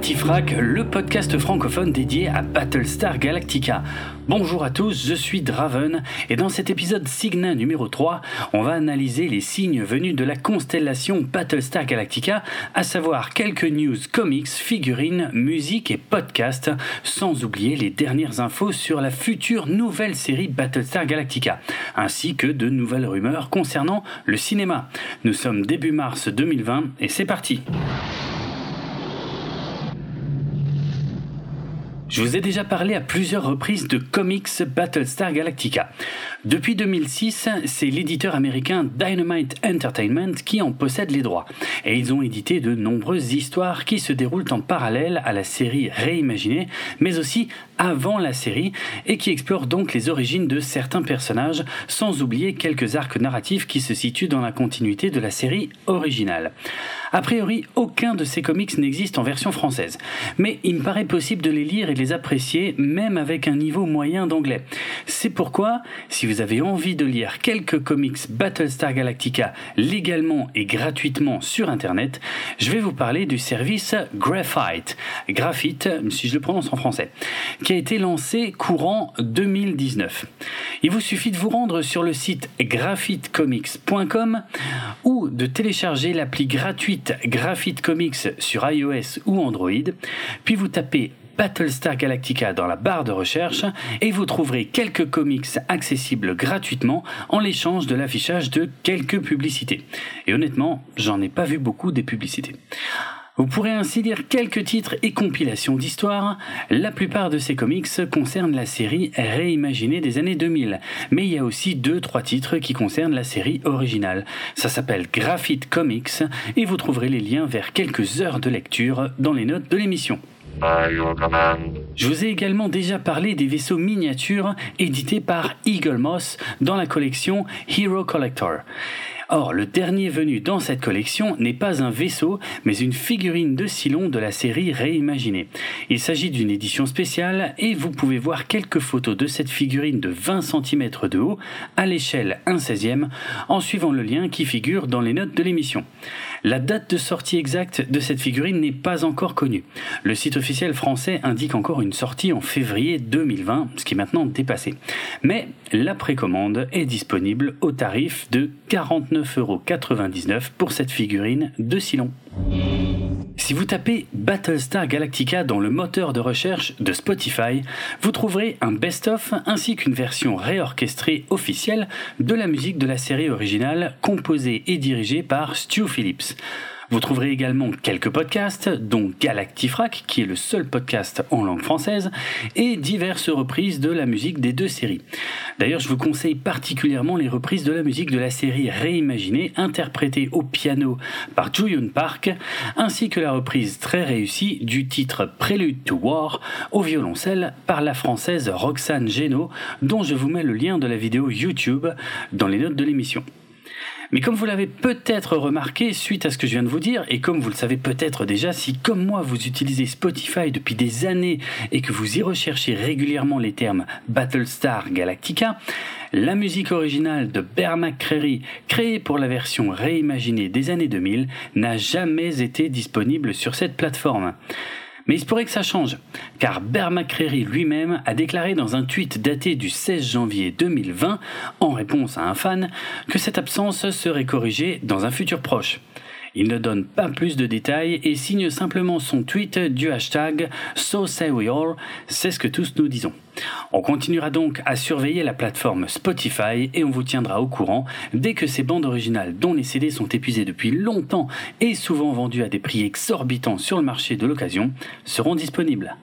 Galactifrac, le podcast francophone dédié à Battlestar Galactica. Bonjour à tous, je suis Draven et dans cet épisode Cygna numéro 3, on va analyser les signes venus de la constellation Battlestar Galactica, à savoir quelques news comics, figurines, musique et podcasts, sans oublier les dernières infos sur la future nouvelle série Battlestar Galactica, ainsi que de nouvelles rumeurs concernant le cinéma. Nous sommes début mars 2020 et c'est parti. Je vous ai déjà parlé à plusieurs reprises de comics Battlestar Galactica. Depuis 2006, c'est l'éditeur américain Dynamite Entertainment qui en possède les droits. Et ils ont édité de nombreuses histoires qui se déroulent en parallèle à la série réimaginée, mais aussi avant la série, et qui explorent donc les origines de certains personnages, sans oublier quelques arcs narratifs qui se situent dans la continuité de la série originale. A priori, aucun de ces comics n'existe en version française, mais il me paraît possible de les lire et de les apprécier, même avec un niveau moyen d'anglais. C'est pourquoi, si vous avez envie de lire quelques comics Battlestar Galactica légalement et gratuitement sur Internet, je vais vous parler du service Graphite, si je le prononce en français, qui a été lancé courant 2019. Il vous suffit de vous rendre sur le site graphitecomics.com ou de télécharger l'appli gratuite Graphite Comics sur iOS ou Android, puis vous tapez Battlestar Galactica dans la barre de recherche et vous trouverez quelques comics accessibles gratuitement en l'échange de l'affichage de quelques publicités. Et honnêtement, j'en ai pas vu beaucoup des publicités. Vous pourrez ainsi lire quelques titres et compilations d'histoires. La plupart de ces comics concernent la série réimaginée des années 2000, mais il y a aussi 2-3 titres qui concernent la série originale. Ça s'appelle Graphite Comics et vous trouverez les liens vers quelques heures de lecture dans les notes de l'émission. Je vous ai également déjà parlé des vaisseaux miniatures édités par Eagle Moss dans la collection Hero Collector. Or, le dernier venu dans cette collection n'est pas un vaisseau, mais une figurine de Cylon de la série réimaginée. Il s'agit d'une édition spéciale et vous pouvez voir quelques photos de cette figurine de 20 cm de haut à l'échelle 1/16 en suivant le lien qui figure dans les notes de l'émission. La date de sortie exacte de cette figurine n'est pas encore connue. Le site officiel français indique encore une sortie en février 2020, ce qui est maintenant dépassé. Mais la précommande est disponible au tarif de 49,99€ pour cette figurine de Cylon. Si vous tapez Battlestar Galactica dans le moteur de recherche de Spotify, vous trouverez un best-of ainsi qu'une version réorchestrée officielle de la musique de la série originale composée et dirigée par Stu Phillips. Vous trouverez également quelques podcasts, dont Galactifrac, qui est le seul podcast en langue française, et diverses reprises de la musique des deux séries. D'ailleurs, je vous conseille particulièrement les reprises de la musique de la série réimaginée, interprétée au piano par Joo-Yoon Park, ainsi que la reprise très réussie du titre Prelude to War au violoncelle par la française Roxane Génaud, dont je vous mets le lien de la vidéo YouTube dans les notes de l'émission. Mais comme vous l'avez peut-être remarqué suite à ce que je viens de vous dire, et comme vous le savez peut-être déjà, si comme moi vous utilisez Spotify depuis des années et que vous y recherchez régulièrement les termes Battlestar Galactica, la musique originale de Bear McCreary, créée pour la version réimaginée des années 2000, n'a jamais été disponible sur cette plateforme. Mais il se pourrait que ça change, car Bear McCreary lui-même a déclaré dans un tweet daté du 16 janvier 2020, en réponse à un fan, que cette absence serait corrigée dans un futur proche. Il ne donne pas plus de détails et signe simplement son tweet du hashtag #SoSayWeAll, c'est ce que tous nous disons. On continuera donc à surveiller la plateforme Spotify et on vous tiendra au courant dès que ces bandes originales dont les CD sont épuisés depuis longtemps et souvent vendues à des prix exorbitants sur le marché de l'occasion seront disponibles.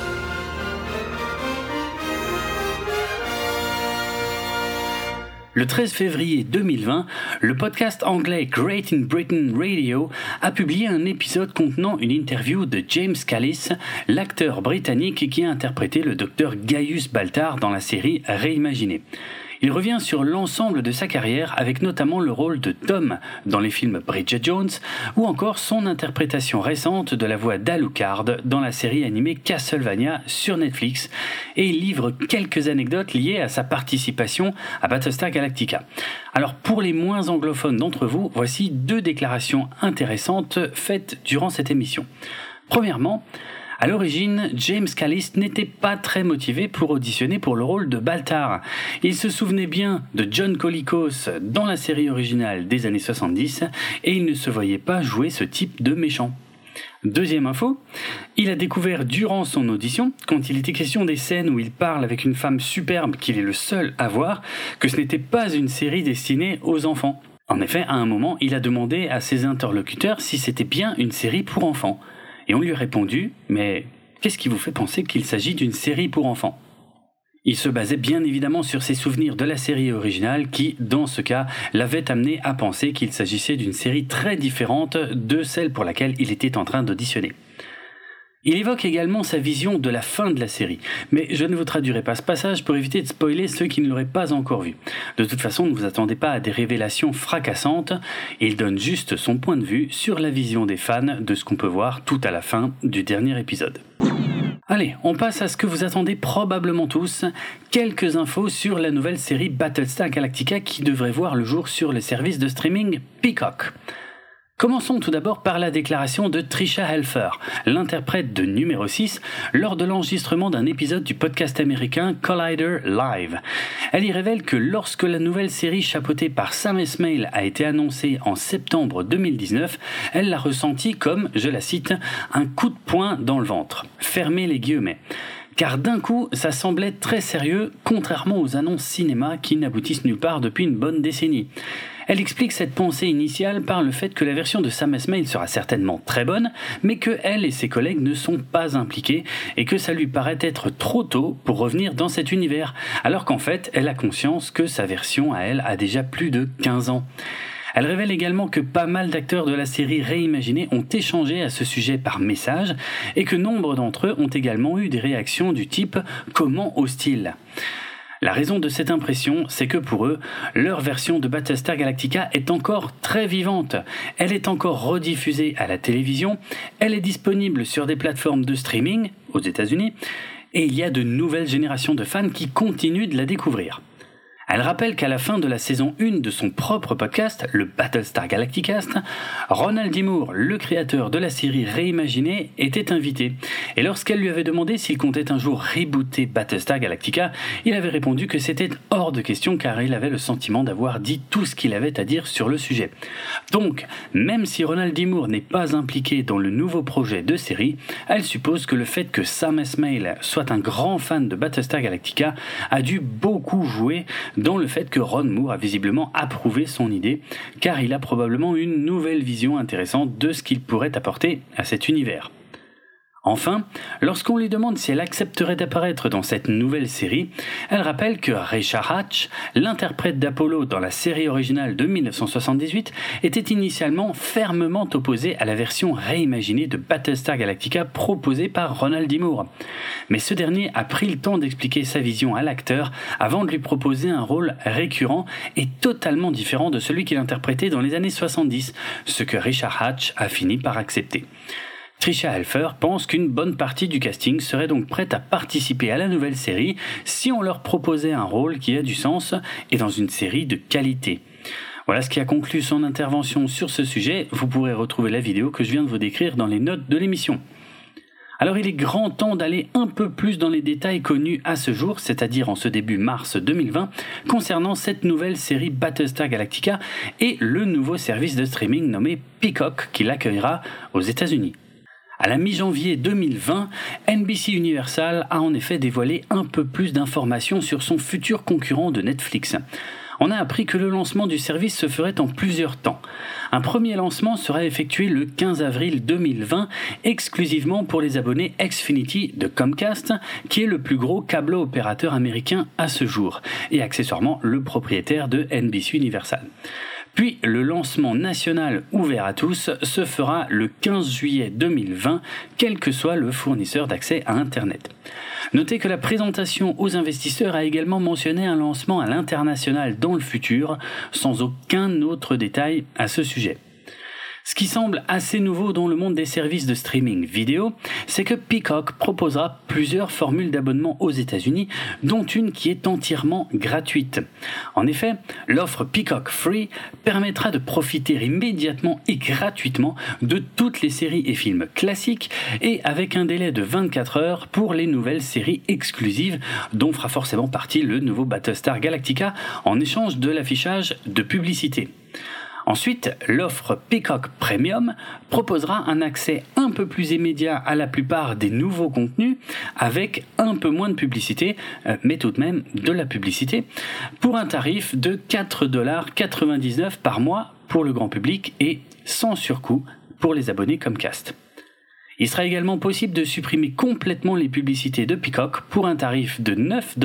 Le 13 février 2020, le podcast anglais Great in Britain Radio a publié un épisode contenant une interview de James Callis, l'acteur britannique qui a interprété le docteur Gaius Baltar dans la série réimaginée. Il revient sur l'ensemble de sa carrière avec notamment le rôle de Tom dans les films Bridget Jones ou encore son interprétation récente de la voix d'Alucard dans la série animée Castlevania sur Netflix et il livre quelques anecdotes liées à sa participation à Battlestar Galactica. Alors pour les moins anglophones d'entre vous, voici 2 déclarations intéressantes faites durant cette émission. Premièrement, à l'origine, James Callister n'était pas très motivé pour auditionner pour le rôle de Baltar. Il se souvenait bien de John Colicos dans la série originale des années 70 et il ne se voyait pas jouer ce type de méchant. Deuxième info, il a découvert durant son audition, quand il était question des scènes où il parle avec une femme superbe qu'il est le seul à voir, que ce n'était pas une série destinée aux enfants. En effet, à un moment, il a demandé à ses interlocuteurs si c'était bien une série pour enfants. Et on lui a répondu « Mais qu'est-ce qui vous fait penser qu'il s'agit d'une série pour enfants ?» Il se basait bien évidemment sur ses souvenirs de la série originale qui, dans ce cas, l'avaient amené à penser qu'il s'agissait d'une série très différente de celle pour laquelle il était en train d'auditionner. Il évoque également sa vision de la fin de la série, mais je ne vous traduirai pas ce passage pour éviter de spoiler ceux qui ne l'auraient pas encore vu. De toute façon, ne vous attendez pas à des révélations fracassantes, il donne juste son point de vue sur la vision des fans de ce qu'on peut voir tout à la fin du dernier épisode. Allez, on passe à ce que vous attendez probablement tous, quelques infos sur la nouvelle série Battlestar Galactica qui devrait voir le jour sur le service de streaming Peacock. Commençons tout d'abord par la déclaration de Tricia Helfer, l'interprète de numéro 6, lors de l'enregistrement d'un épisode du podcast américain Collider Live. Elle y révèle que lorsque la nouvelle série chapeautée par Sam Esmail a été annoncée en septembre 2019, elle l'a ressenti comme, je la cite, un coup de poing dans le ventre. Fermez les guillemets. Car d'un coup, ça semblait très sérieux, contrairement aux annonces cinéma qui n'aboutissent nulle part depuis une bonne décennie. Elle explique cette pensée initiale par le fait que la version de Sam Esmail sera certainement très bonne, mais que elle et ses collègues ne sont pas impliqués et que ça lui paraît être trop tôt pour revenir dans cet univers, alors qu'en fait, elle a conscience que sa version à elle a déjà plus de 15 ans. Elle révèle également que pas mal d'acteurs de la série réimaginée ont échangé à ce sujet par message et que nombre d'entre eux ont également eu des réactions du type « comment ose-t-il ?» La raison de cette impression, c'est que pour eux, leur version de Battlestar Galactica est encore très vivante. Elle est encore rediffusée à la télévision, elle est disponible sur des plateformes de streaming aux États-Unis, et il y a de nouvelles générations de fans qui continuent de la découvrir. Elle rappelle qu'à la fin de la saison 1 de son propre podcast, le Battlestar Galacticast, Ronald D. Moore, le créateur de la série réimaginée, était invité. Et lorsqu'elle lui avait demandé s'il comptait un jour rebooter Battlestar Galactica, il avait répondu que c'était hors de question car il avait le sentiment d'avoir dit tout ce qu'il avait à dire sur le sujet. Donc, même si Ronald D. Moore n'est pas impliqué dans le nouveau projet de série, elle suppose que le fait que Sam Esmail soit un grand fan de Battlestar Galactica a dû beaucoup jouer dans le fait que Ron Moore a visiblement approuvé son idée, car il a probablement une nouvelle vision intéressante de ce qu'il pourrait apporter à cet univers. Enfin, lorsqu'on lui demande si elle accepterait d'apparaître dans cette nouvelle série, elle rappelle que Rachel Hatch, l'interprète d'Apollo dans la série originale de 1978, était initialement fermement opposée à la version réimaginée de Battlestar Galactica proposée par Ronald D. Moore. Mais ce dernier a pris le temps d'expliquer sa vision à l'acteur avant de lui proposer un rôle récurrent et totalement différent de celui qu'il interprétait dans les années 70, ce que Richard Hatch a fini par accepter. Tricia Helfer pense qu'une bonne partie du casting serait donc prête à participer à la nouvelle série si on leur proposait un rôle qui a du sens et dans une série de qualité. Voilà ce qui a conclu son intervention sur ce sujet. Vous pourrez retrouver la vidéo que je viens de vous décrire dans les notes de l'émission. Alors il est grand temps d'aller un peu plus dans les détails connus à ce jour, c'est-à-dire en ce début mars 2020, concernant cette nouvelle série Battlestar Galactica et le nouveau service de streaming nommé Peacock qui l'accueillera aux États-Unis. À la mi-janvier 2020, NBC Universal a en effet dévoilé un peu plus d'informations sur son futur concurrent de Netflix. On a appris que le lancement du service se ferait en plusieurs temps. Un premier lancement sera effectué le 15 avril 2020, exclusivement pour les abonnés Xfinity de Comcast, qui est le plus gros câble-opérateur américain à ce jour, et accessoirement le propriétaire de NBC Universal. Puis le lancement national ouvert à tous se fera le 15 juillet 2020, quel que soit le fournisseur d'accès à Internet. Notez que la présentation aux investisseurs a également mentionné un lancement à l'international dans le futur, sans aucun autre détail à ce sujet. Ce qui semble assez nouveau dans le monde des services de streaming vidéo, c'est que Peacock proposera plusieurs formules d'abonnement aux États-Unis, dont une qui est entièrement gratuite. En effet, l'offre Peacock Free permettra de profiter immédiatement et gratuitement de toutes les séries et films classiques et avec un délai de 24 heures pour les nouvelles séries exclusives, dont fera forcément partie le nouveau Battlestar Galactica en échange de l'affichage de publicité. Ensuite, l'offre Peacock Premium proposera un accès un peu plus immédiat à la plupart des nouveaux contenus avec un peu moins de publicité, mais tout de même de la publicité, pour un tarif de 4,99$ par mois pour le grand public et sans surcoût pour les abonnés Comcast. Il sera également possible de supprimer complètement les publicités de Peacock pour un tarif de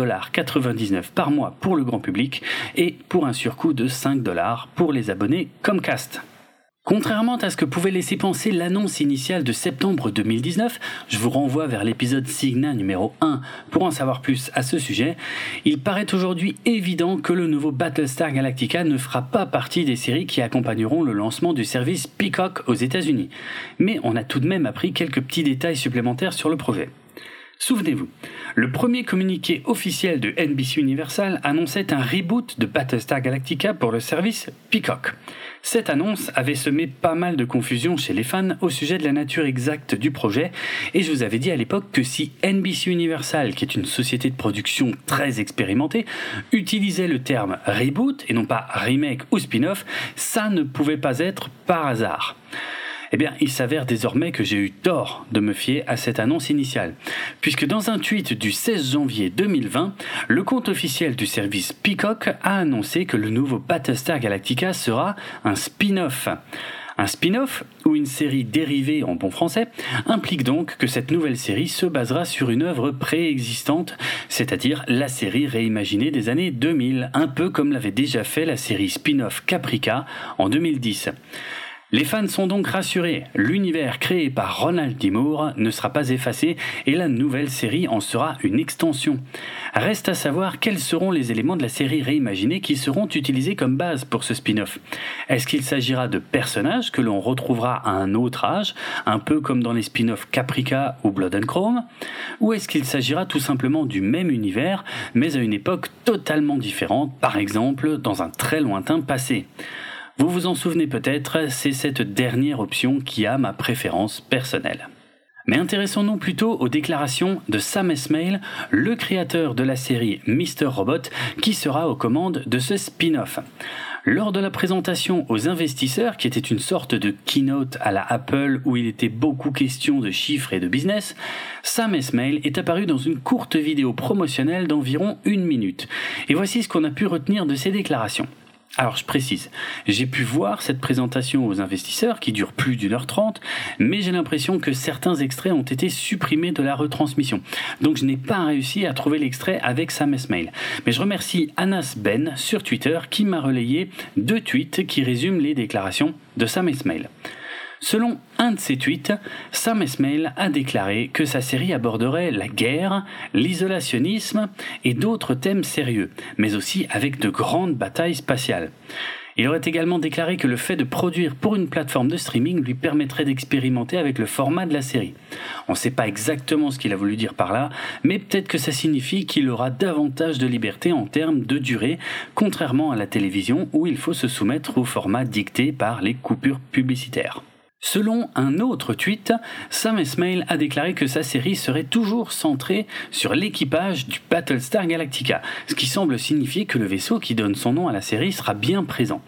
9,99$ par mois pour le grand public et pour un surcoût de 5$ pour les abonnés Comcast. Contrairement à ce que pouvait laisser penser l'annonce initiale de septembre 2019, je vous renvoie vers l'épisode Cigna numéro 1 pour en savoir plus à ce sujet, il paraît aujourd'hui évident que le nouveau Battlestar Galactica ne fera pas partie des séries qui accompagneront le lancement du service Peacock aux États-Unis. Mais on a tout de même appris quelques petits détails supplémentaires sur le projet. Souvenez-vous, le premier communiqué officiel de NBC Universal annonçait un reboot de Battlestar Galactica pour le service Peacock. Cette annonce avait semé pas mal de confusion chez les fans au sujet de la nature exacte du projet, et je vous avais dit à l'époque que si NBC Universal, qui est une société de production très expérimentée, utilisait le terme reboot et non pas remake ou spin-off, ça ne pouvait pas être par hasard. Eh bien, il s'avère désormais que j'ai eu tort de me fier à cette annonce initiale, puisque dans un tweet du 16 janvier 2020, le compte officiel du service Peacock a annoncé que le nouveau Battlestar Galactica sera un spin-off. Un spin-off, ou une série dérivée en bon français, implique donc que cette nouvelle série se basera sur une œuvre préexistante, c'est-à-dire la série réimaginée des années 2000, un peu comme l'avait déjà fait la série spin-off Caprica en 2010. Les fans sont donc rassurés, l'univers créé par Ronald D. Moore ne sera pas effacé et la nouvelle série en sera une extension. Reste à savoir quels seront les éléments de la série réimaginée qui seront utilisés comme base pour ce spin-off. Est-ce qu'il s'agira de personnages que l'on retrouvera à un autre âge, un peu comme dans les spin-offs Caprica ou Blood and Chrome, ou est-ce qu'il s'agira tout simplement du même univers, mais à une époque totalement différente, par exemple dans un très lointain passé ? Vous vous en souvenez peut-être, c'est cette dernière option qui a ma préférence personnelle. Mais intéressons-nous plutôt aux déclarations de Sam Esmail, le créateur de la série Mr. Robot, qui sera aux commandes de ce spin-off. Lors de la présentation aux investisseurs, qui était une sorte de keynote à la Apple où il était beaucoup question de chiffres et de business, Sam Esmail est apparu dans une courte vidéo promotionnelle d'environ 1 minute. Et voici ce qu'on a pu retenir de ses déclarations. Alors je précise, j'ai pu voir cette présentation aux investisseurs qui dure plus d'1h30, mais j'ai l'impression que certains extraits ont été supprimés de la retransmission. Donc je n'ai pas réussi à trouver l'extrait avec Sam Esmail. Mais je remercie Anas Ben sur Twitter qui m'a relayé 2 tweets qui résument les déclarations de Sam Esmail. Selon un de ses tweets, Sam Esmail a déclaré que sa série aborderait la guerre, l'isolationnisme et d'autres thèmes sérieux, mais aussi avec de grandes batailles spatiales. Il aurait également déclaré que le fait de produire pour une plateforme de streaming lui permettrait d'expérimenter avec le format de la série. On ne sait pas exactement ce qu'il a voulu dire par là, mais peut-être que ça signifie qu'il aura davantage de liberté en termes de durée, contrairement à la télévision où il faut se soumettre au format dicté par les coupures publicitaires. Selon un autre tweet, Sam Esmail a déclaré que sa série serait toujours centrée sur l'équipage du Battlestar Galactica, ce qui semble signifier que le vaisseau qui donne son nom à la série sera bien présent.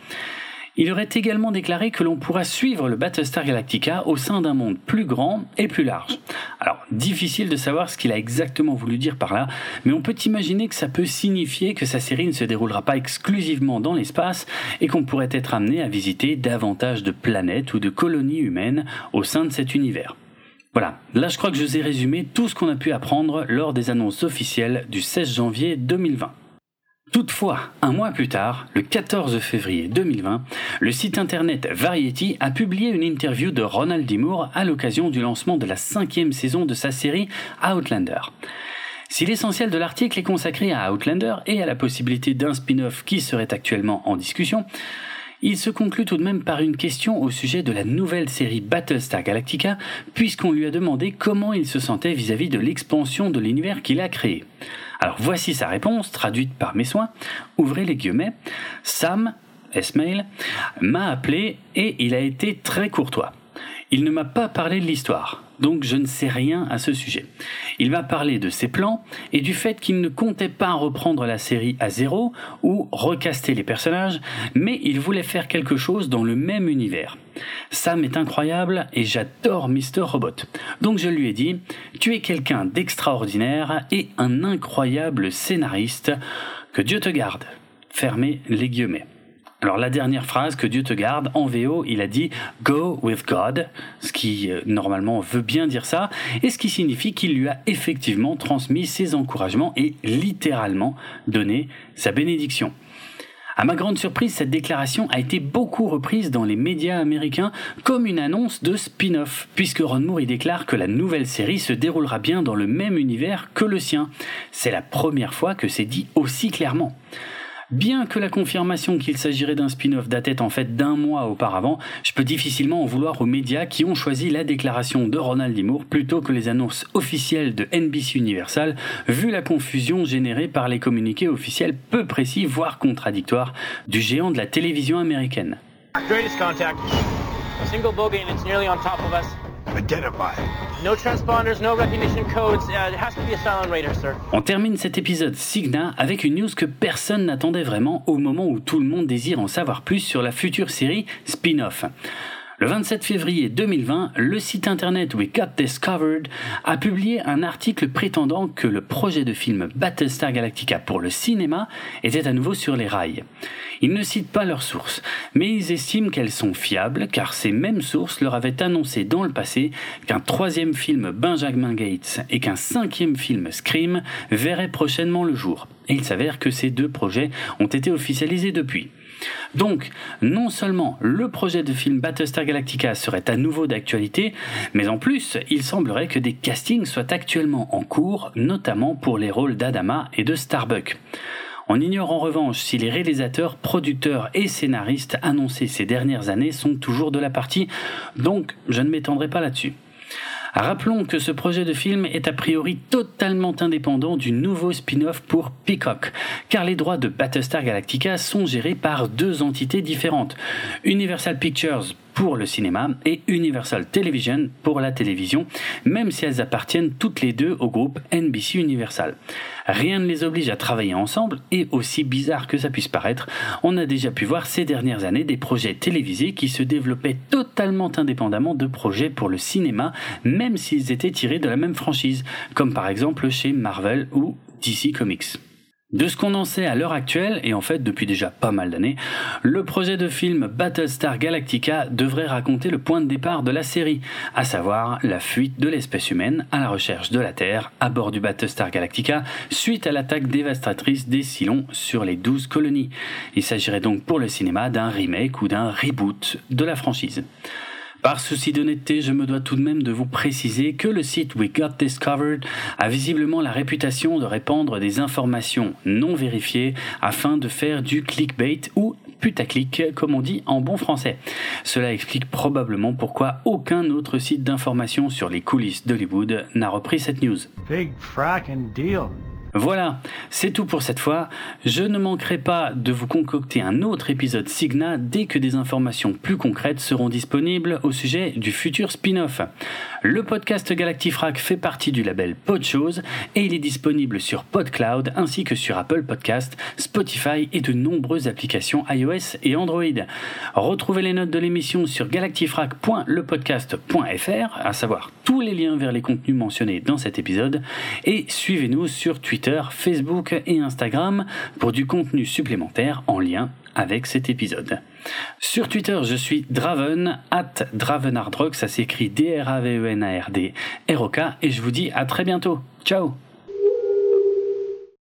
Il aurait également déclaré que l'on pourra suivre le Battlestar Galactica au sein d'un monde plus grand et plus large. Alors, difficile de savoir ce qu'il a exactement voulu dire par là, mais on peut imaginer que ça peut signifier que sa série ne se déroulera pas exclusivement dans l'espace et qu'on pourrait être amené à visiter davantage de planètes ou de colonies humaines au sein de cet univers. Voilà, là je crois que je vous ai résumé tout ce qu'on a pu apprendre lors des annonces officielles du 16 janvier 2020. Toutefois, un mois plus tard, le 14 février 2020, le site internet Variety a publié une interview de Ronald D. Moore à l'occasion du lancement de la 5e saison de sa série Outlander. Si l'essentiel de l'article est consacré à Outlander et à la possibilité d'un spin-off qui serait actuellement en discussion, Il se conclut tout de même par une question au sujet de la nouvelle série Battlestar Galactica, puisqu'on lui a demandé comment il se sentait vis-à-vis de l'expansion de l'univers qu'il a créé. Alors voici sa réponse, traduite par mes soins. Ouvrez les guillemets. Sam, S-Mail, m'a appelé et il a été très courtois. Il ne m'a pas parlé de l'histoire, donc je ne sais rien à ce sujet. Il m'a parlé de ses plans et du fait qu'il ne comptait pas reprendre la série à zéro ou recaster les personnages, mais il voulait faire quelque chose dans le même univers. Sam est incroyable et j'adore Mr. Robot. Donc je lui ai dit « Tu es quelqu'un d'extraordinaire et un incroyable scénariste. Que Dieu te garde ». Fermez les guillemets. Alors la dernière phrase, que Dieu te garde, en VO, il a dit « Go with God », ce qui normalement veut bien dire ça, et ce qui signifie qu'il lui a effectivement transmis ses encouragements et littéralement donné sa bénédiction. À ma grande surprise, cette déclaration a été beaucoup reprise dans les médias américains comme une annonce de spin-off, puisque Ron Moore y déclare que la nouvelle série se déroulera bien dans le même univers que le sien. C'est la première fois que c'est dit aussi clairement. Bien que la confirmation qu'il s'agirait d'un spin-off datait en fait d'1 mois auparavant, je peux difficilement en vouloir aux médias qui ont choisi la déclaration de Ronald D. Moore plutôt que les annonces officielles de NBC Universal, vu la confusion générée par les communiqués officiels peu précis voire contradictoires du géant de la télévision américaine. Greatest contact. A single bogey and it's nearly on top of us. Identify. No transponders, no recognition codes. It has to be a silent radar, sir. On termine cet épisode Cigna avec une news que personne n'attendait vraiment au moment où tout le monde désire en savoir plus sur la future série spin-off. Le 27 février 2020, le site internet We Got Discovered a publié un article prétendant que le projet de film Battlestar Galactica pour le cinéma était à nouveau sur les rails. Ils ne citent pas leurs sources, mais ils estiment qu'elles sont fiables car ces mêmes sources leur avaient annoncé dans le passé qu'un 3e film Benjamin Gates et qu'un 5e film Scream verraient prochainement le jour. Et il s'avère que ces 2 projets ont été officialisés depuis. Donc, non seulement le projet de film Battlestar Galactica serait à nouveau d'actualité, mais en plus, il semblerait que des castings soient actuellement en cours, notamment pour les rôles d'Adama et de Starbuck. On ignore en revanche si les réalisateurs, producteurs et scénaristes annoncés ces dernières années sont toujours de la partie, donc je ne m'étendrai pas là-dessus. Rappelons que ce projet de film est a priori totalement indépendant du nouveau spin-off pour Peacock, car les droits de Battlestar Galactica sont gérés par 2 entités différentes, Universal Pictures pour le cinéma et Universal Television pour la télévision, même si elles appartiennent toutes les 2 au groupe NBC Universal. Rien ne les oblige à travailler ensemble et aussi bizarre que ça puisse paraître, on a déjà pu voir ces dernières années des projets télévisés qui se développaient totalement indépendamment de projets pour le cinéma, même s'ils étaient tirés de la même franchise, comme par exemple chez Marvel ou DC Comics. De ce qu'on en sait à l'heure actuelle, et en fait depuis déjà pas mal d'années, le projet de film Battlestar Galactica devrait raconter le point de départ de la série, à savoir la fuite de l'espèce humaine à la recherche de la Terre à bord du Battlestar Galactica suite à l'attaque dévastatrice des Cylons sur les 12 colonies. Il s'agirait donc pour le cinéma d'un remake ou d'un reboot de la franchise. Par souci d'honnêteté, je me dois tout de même de vous préciser que le site We Got Discovered a visiblement la réputation de répandre des informations non vérifiées afin de faire du clickbait ou putaclic, comme on dit en bon français. Cela explique probablement pourquoi aucun autre site d'information sur les coulisses d'Hollywood n'a repris cette news. Big frackin' deal. Voilà, c'est tout pour cette fois. Je ne manquerai pas de vous concocter un autre épisode Cigna dès que des informations plus concrètes seront disponibles au sujet du futur spin-off. Le podcast Galactifrac fait partie du label Podchose et il est disponible sur PodCloud ainsi que sur Apple Podcast, Spotify et de nombreuses applications iOS et Android. Retrouvez les notes de l'émission sur galactifrac.lepodcast.fr, à savoir tous les liens vers les contenus mentionnés dans cet épisode, et suivez-nous sur Twitter, Facebook et Instagram pour du contenu supplémentaire en lien avec cet épisode. Sur Twitter, je suis Draven, @DravenardRock, ça s'écrit DRAVENARDROK, et je vous dis à très bientôt. Ciao!